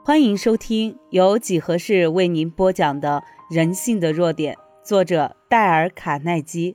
欢迎收听由几何式为您播讲的人性的弱点，作者戴尔·卡耐基。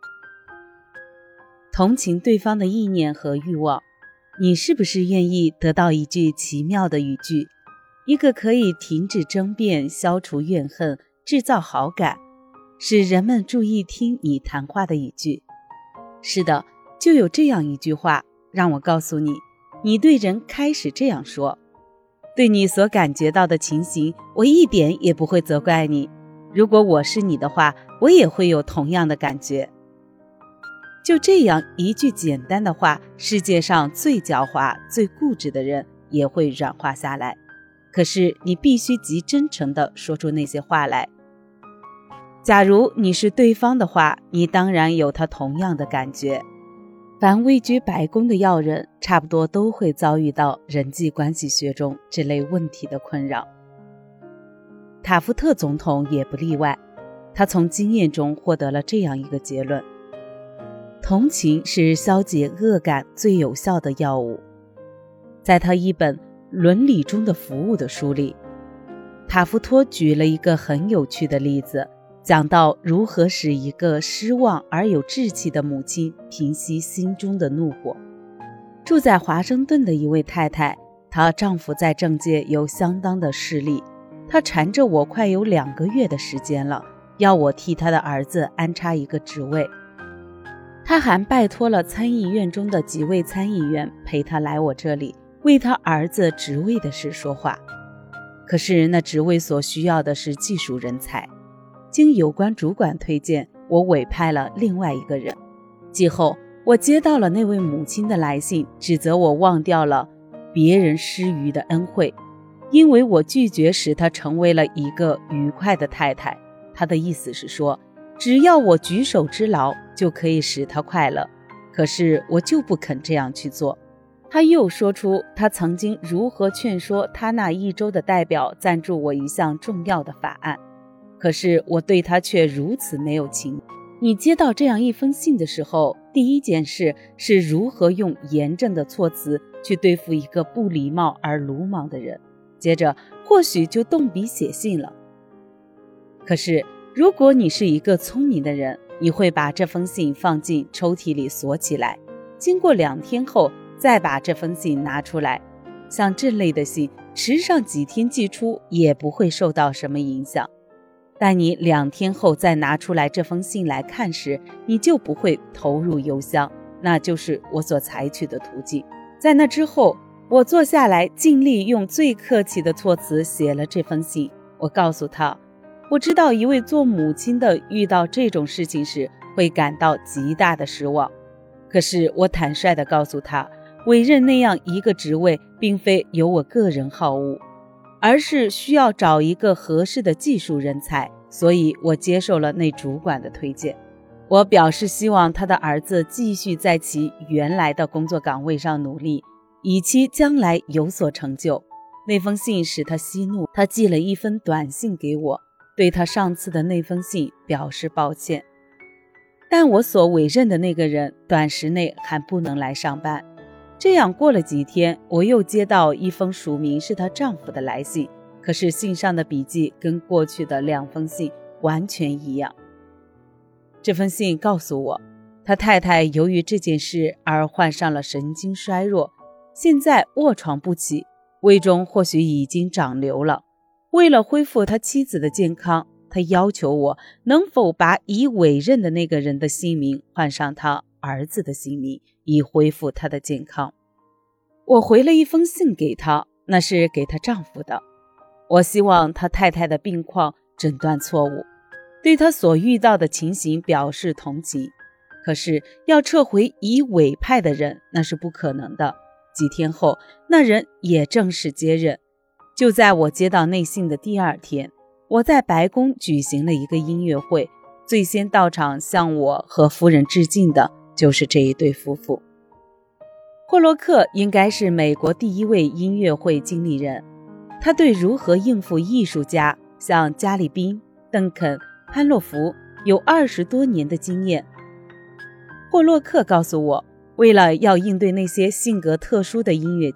同情对方的意念和欲望，你是不是愿意得到一句奇妙的语句，一个可以停止争辩、消除怨恨、制造好感，使人们注意听你谈话的语句？是的，就有这样一句话，让我告诉你，你对人开始这样说：对你所感觉到的情形，我一点也不会责怪你。如果我是你的话，我也会有同样的感觉。就这样一句简单的话，世界上最狡猾、最固执的人也会软化下来。可是你必须极真诚地说出那些话来。假如你是对方的话，你当然有他同样的感觉。凡位居白宫的要人，差不多都会遭遇到人际关系学中这类问题的困扰。塔夫特总统也不例外，他从经验中获得了这样一个结论：同情是消解恶感最有效的药物。在他一本《伦理中的服务》的书里，塔夫托举了一个很有趣的例子，讲到如何使一个失望而有志气的母亲平息心中的怒火。住在华盛顿的一位太太，她丈夫在政界有相当的势力，她缠着我快有2个月的时间了，要我替她的儿子安插一个职位。她还拜托了参议院中的几位参议员陪她来我这里，为她儿子职位的事说话。可是那职位所需要的是技术人才。经有关主管推荐，我委派了另外一个人。季后，我接到了那位母亲的来信，指责我忘掉了别人施予的恩惠，因为我拒绝使她成为了一个愉快的太太。她的意思是说，只要我举手之劳，就可以使她快乐。可是我就不肯这样去做。她又说出她曾经如何劝说她那一州的代表赞助我一项重要的法案。可是我对他却如此没有情。你接到这样一封信的时候，第一件事是如何用严正的措辞去对付一个不礼貌而鲁莽的人，接着或许就动笔写信了。可是如果你是一个聪明的人，你会把这封信放进抽屉里锁起来，经过2天后再把这封信拿出来。像这类的信，迟上几天寄出也不会受到什么影响。但你2天后再拿出来这封信来看时，你就不会投入邮箱，那就是我所采取的途径。在那之后，我坐下来，尽力用最客气的措辞写了这封信。我告诉他，我知道一位做母亲的遇到这种事情时会感到极大的失望，可是我坦率地告诉他，委任那样一个职位并非由我个人好恶，而是需要找一个合适的技术人才，所以我接受了那主管的推荐。我表示希望他的儿子继续在其原来的工作岗位上努力，以期将来有所成就。那封信使他息怒，他寄了一封短信给我，对他上次的那封信表示抱歉。但我所委任的那个人短时内还不能来上班。这样过了几天，我又接到一封署名是她丈夫的来信，可是信上的笔记跟过去的2封信完全一样。这封信告诉我，他太太由于这件事而患上了神经衰弱，现在卧床不起，胃中或许已经长瘤了。为了恢复他妻子的健康，他要求我能否把已委任的那个人的姓名换上他儿子的姓名，以恢复她的健康。我回了一封信给她，那是给她丈夫的。我希望她太太的病况诊断错误，对她所遇到的情形表示同情。可是要撤回已委派的人，那是不可能的。几天后，那人也正式接任。就在我接到那信的第2天，我在白宫举行了一个音乐会，最先到场向我和夫人致敬的就是这一对夫妇。霍洛克应该是美国第1位音乐会经理人，他对如何应付艺术家像加里宾、邓肯、潘洛弗有20多年的经验。霍洛克告诉我，为了要应对那些性格特殊的音乐家，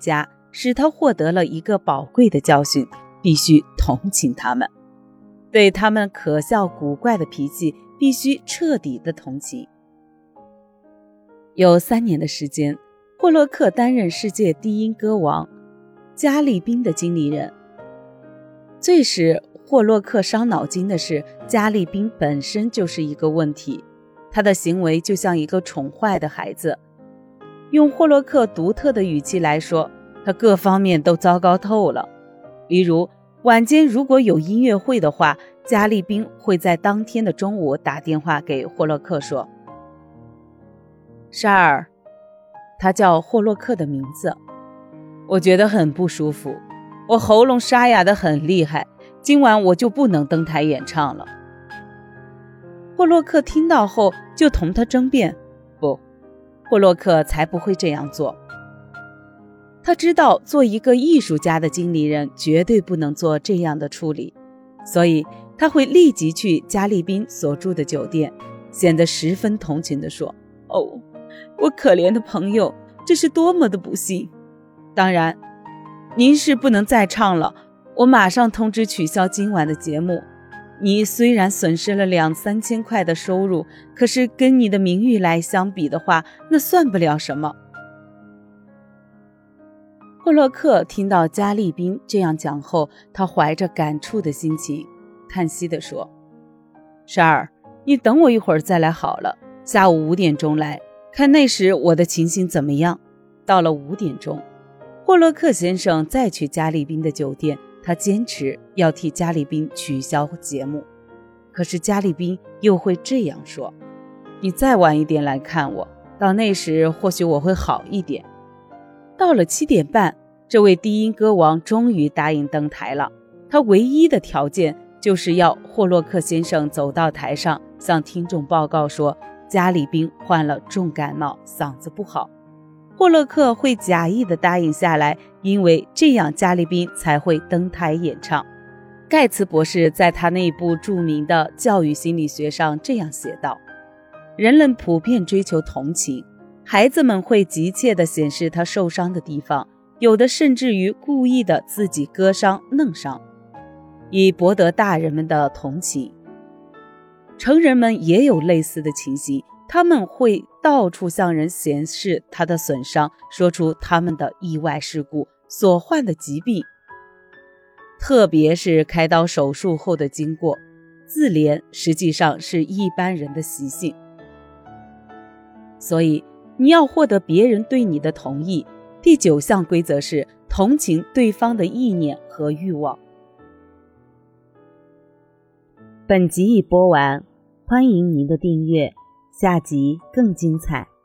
使他获得了一个宝贵的教训，必须同情他们，对他们可笑古怪的脾气必须彻底的同情。有3年的时间，霍洛克担任世界低音歌王加利宾的经理人。最使霍洛克伤脑筋的是，加利宾本身就是一个问题，他的行为就像一个宠坏的孩子。用霍洛克独特的语气来说，他各方面都糟糕透了。例如，晚间如果有音乐会的话，加利宾会在当天的中午打电话给霍洛克说：沙尔，他叫霍洛克的名字，我觉得很不舒服，我喉咙沙哑得很厉害，今晚我就不能登台演唱了。霍洛克听到后就同他争辩，不，霍洛克才不会这样做。他知道做一个艺术家的经理人绝对不能做这样的处理，所以他会立即去加利宾所住的酒店，显得十分同情地说：哦，我可怜的朋友，这是多么的不幸！当然，您是不能再唱了，我马上通知取消今晚的节目。你虽然损失了2-3千块的收入，可是跟你的名誉来相比的话，那算不了什么。霍洛克听到加利宾这样讲后，他怀着感触的心情，叹息地说：沙尔，你等我一会儿再来好了，下午5点钟来，看那时我的情形怎么样。到了5点钟，霍洛克先生再去加利宾的酒店，他坚持要替加利宾取消节目。可是加利宾又会这样说：你再晚一点来看我，到那时或许我会好一点。到了7点半，这位低音歌王终于答应登台了。他唯一的条件就是要霍洛克先生走到台上，向听众报告说加利宾患了重感冒，嗓子不好。霍洛克会假意的答应下来，因为这样加利宾才会登台演唱。盖茨博士在他那部著名的教育心理学上这样写道：人们普遍追求同情，孩子们会急切地显示他受伤的地方，有的甚至于故意的自己割伤弄伤，以博得大人们的同情。成人们也有类似的情形，他们会到处向人显示他的损伤，说出他们的意外事故所患的疾病，特别是开刀手术后的经过。自怜实际上是一般人的习性，所以你要获得别人对你的同意。第9项规则是同情对方的意念和欲望。本集已播完，欢迎您的订阅，下集更精彩。